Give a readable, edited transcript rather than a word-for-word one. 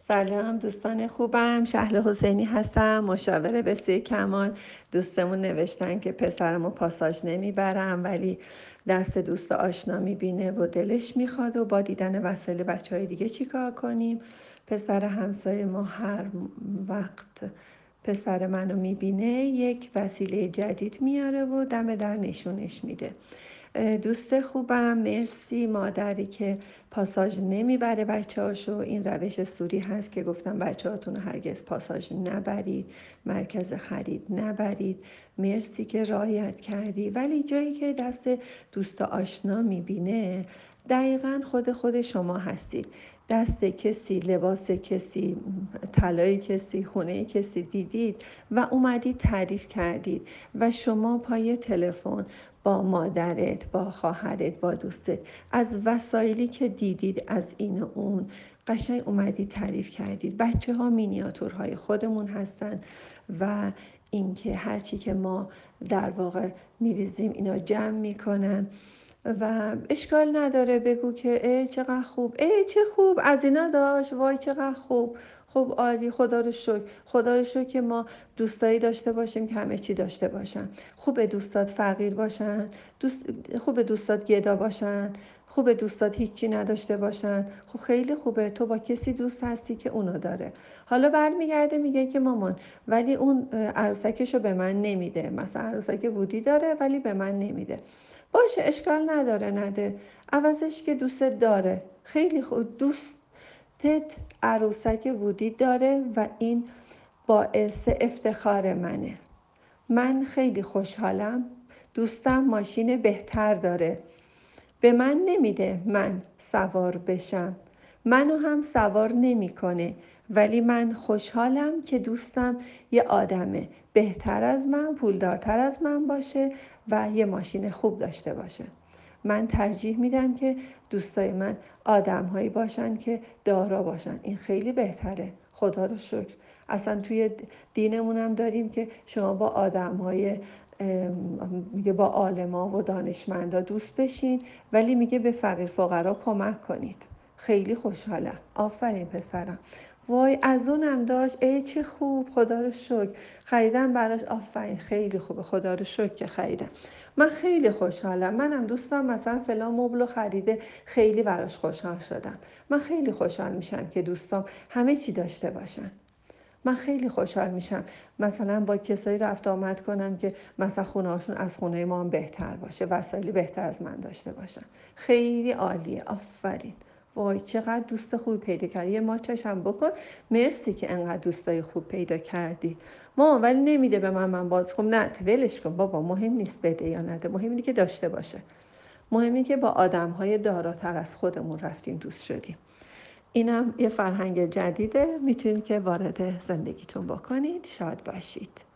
سلام دوستان خوبم، شهله حسینی هستم، مشاور بسیار کمال. دوستمون نوشتن که پسرمو پاساژ نمیبرم ولی دست دوست آشنا میبینه و دلش میخواد و با دیدن وسایل بچه دیگه چیکار کنیم؟ پسر همسایه ما هر وقت پسر منو میبینه یک وسیله جدید میاره و دم در نشونش میده. دوست خوبم، مرسی. مادری که پاساژ نمیبره بچه هاشو، این روش سوری هست که گفتم بچه هاتون هرگز پاساژ نبرید، مرکز خرید نبرید. مرسی که رعایت کردی. ولی جایی که دست دوست آشنا میبینه دقیقا خود شما هستید. دست کسی، لباس کسی، طلای کسی، خونه کسی دیدید و اومدید تعریف کردید و شما پای تلفن با مادرت، با خواهرت، با دوستت از وسایلی که دیدید از این و اون قشنگ اومدید تعریف کردید. بچه ها مینیاتورهای خودمون هستن و اینکه هرچی که ما در واقع میریزیم اینا جمع میکنن و اشکال نداره بگو که ای چقدر خوب، ای چه خوب از اینا داشت، وای چقدر خوب. خب عالی، خدا رو شکر. خدا رو شکر که ما دوستایی داشته باشیم که همه چی داشته باشن. خوبه دوستات فقیر باشن، خوبه دوستات گدا باشن، خوبه دوستات هیچی نداشته باشن. خب خیلی خوبه، تو با کسی دوست هستی که اونو داره. حالا برمیگرده میگه که مامان ولی اون عروسکشو به من نمیده، مثلا عروسک وودی داره ولی به من نمیده. باشه اشکال نداره نده، عوضش که دوستت داره. خیلی خوب، دوستت عروسک وودی داره و این باعث افتخار منه. من خیلی خوشحالم. دوستم ماشین بهتر داره، به من نمیده من سوار بشم، منو هم سوار نمیکنه، ولی من خوشحالم که دوستم یه آدمه بهتر از من، پولدارتر از من باشه و یه ماشین خوب داشته باشه. من ترجیح میدم که دوستای من آدمهایی باشن که دارا باشن. این خیلی بهتره، خدا رو شکر. اصلا توی دینمون هم داریم که شما با آدمهای میگه با عالما و دانشمندا دوست بشین ولی میگه به فقیر فقرا کمک کنید. خیلی خوشحالم، آفرین پسرم. وای از اونم داشت، ای چه خوب، خدا رو شکر. خریدم براش، آفرین خیلی خوبه، خدا رو شکر که خریدم. من خیلی خوشحالم. منم دوستم مثلا فلان مبلو خریده، خیلی براش خوشحال شدم. من خیلی خوشحال میشم که دوستام همه چی داشته باشن. من خیلی خوشحال میشم مثلا با کسایی رفت آمد کنم که مثلا خونه هاشون از خونه ما هم بهتر باشه، وسایلی بهتر از من داشته باشن. خیلی عالیه، آفرین. وای چقدر دوست خوبی پیدا کردی، یه ماچشم بکن. مرسی که انقدر دوستای خوب پیدا کردی. ما ولی نمیده به من باز خب نه ولش کن بابا، مهم نیست بده یا نده، مهم اینه که داشته باشه. مهمی که با آدم‌های داراتر از خودمون رفتیم دوست شدیم. اینم یه فرهنگ جدیده، میتونید که وارد زندگیتون بکنید. شاد باشید.